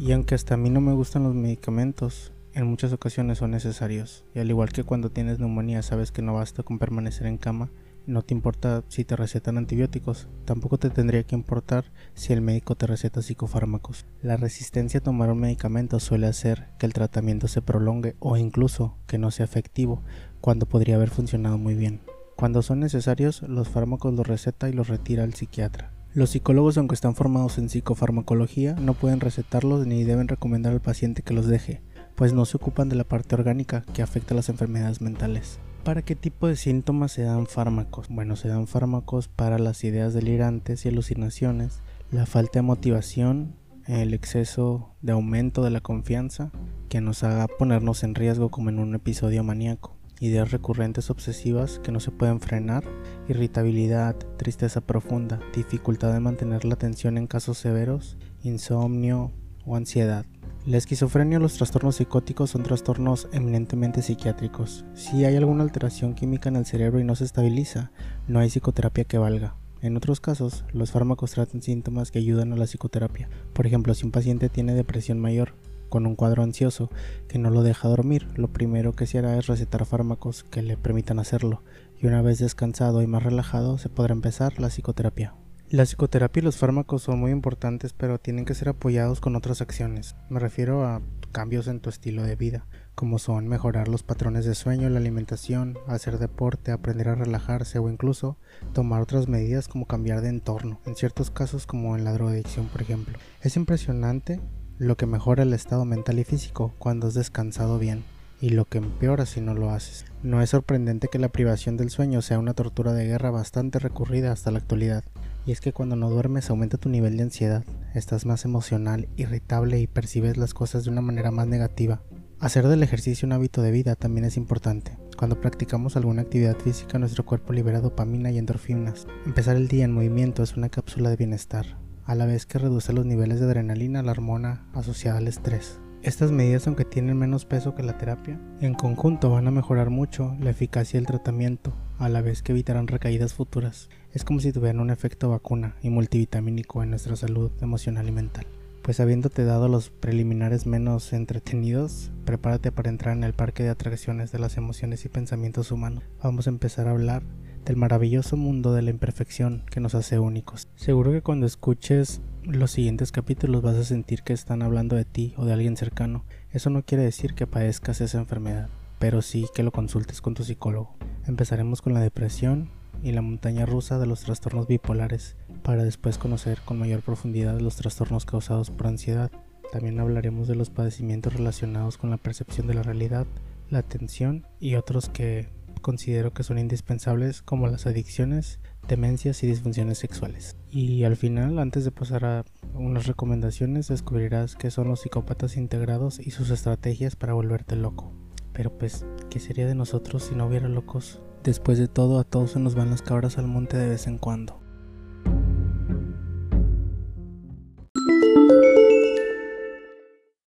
Y aunque hasta a mí no me gustan los medicamentos, en muchas ocasiones son necesarios. Y al igual que cuando tienes neumonía sabes que no basta con permanecer en cama, no te importa si te recetan antibióticos, tampoco te tendría que importar si el médico te receta psicofármacos. La resistencia a tomar un medicamento suele hacer que el tratamiento se prolongue o incluso que no sea efectivo cuando podría haber funcionado muy bien. Cuando son necesarios, los fármacos los receta y los retira el psiquiatra. Los psicólogos, aunque están formados en psicofarmacología, no pueden recetarlos ni deben recomendar al paciente que los deje, pues no se ocupan de la parte orgánica que afecta a las enfermedades mentales. ¿Para qué tipo de síntomas se dan fármacos? Bueno, se dan fármacos para las ideas delirantes y alucinaciones, la falta de motivación, el exceso de aumento de la confianza que nos haga ponernos en riesgo como en un episodio maníaco, ideas recurrentes obsesivas que no se pueden frenar, irritabilidad, tristeza profunda, dificultad de mantener la atención en casos severos, insomnio o ansiedad. La esquizofrenia o los trastornos psicóticos son trastornos eminentemente psiquiátricos. Si hay alguna alteración química en el cerebro y no se estabiliza, no hay psicoterapia que valga. En otros casos, los fármacos tratan síntomas que ayudan a la psicoterapia. Por ejemplo, si un paciente tiene depresión mayor, con un cuadro ansioso que no lo deja dormir, lo primero que se hará es recetar fármacos que le permitan hacerlo, y una vez descansado y más relajado se podrá empezar la psicoterapia. La psicoterapia y los fármacos son muy importantes, pero tienen que ser apoyados con otras acciones. Me refiero a cambios en tu estilo de vida, como son mejorar los patrones de sueño, la alimentación, hacer deporte, aprender a relajarse o incluso tomar otras medidas como cambiar de entorno, en ciertos casos como en la drogadicción, por ejemplo. Es impresionante lo que mejora el estado mental y físico cuando has descansado bien, y lo que empeora si no lo haces. No es sorprendente que la privación del sueño sea una tortura de guerra bastante recurrida hasta la actualidad. Y es que cuando no duermes aumenta tu nivel de ansiedad, estás más emocional, irritable y percibes las cosas de una manera más negativa. Hacer del ejercicio un hábito de vida también es importante. Cuando practicamos alguna actividad física, nuestro cuerpo libera dopamina y endorfinas. Empezar el día en movimiento es una cápsula de bienestar, a la vez que reduce los niveles de adrenalina, la hormona asociada al estrés. Estas medidas, aunque tienen menos peso que la terapia, en conjunto van a mejorar mucho la eficacia del tratamiento, a la vez que evitarán recaídas futuras. Es como si tuvieran un efecto vacuna y multivitamínico en nuestra salud emocional y mental. Pues habiéndote dado los preliminares menos entretenidos, prepárate para entrar en el parque de atracciones de las emociones y pensamientos humanos. Vamos a empezar a hablar del maravilloso mundo de la imperfección que nos hace únicos. Seguro que cuando escuches los siguientes capítulos vas a sentir que están hablando de ti o de alguien cercano. Eso no quiere decir que padezcas esa enfermedad, pero sí que lo consultes con tu psicólogo. Empezaremos con la depresión y la montaña rusa de los trastornos bipolares, para después conocer con mayor profundidad los trastornos causados por ansiedad. También hablaremos de los padecimientos relacionados con la percepción de la realidad, la atención y otros que considero que son indispensables, como las adicciones, demencias y disfunciones sexuales. Y al final, antes de pasar a unas recomendaciones, descubrirás qué son los psicópatas integrados y sus estrategias para volverte loco. Pero pues, ¿qué sería de nosotros si no hubiera locos? Después de todo, a todos se nos van las cabras al monte de vez en cuando.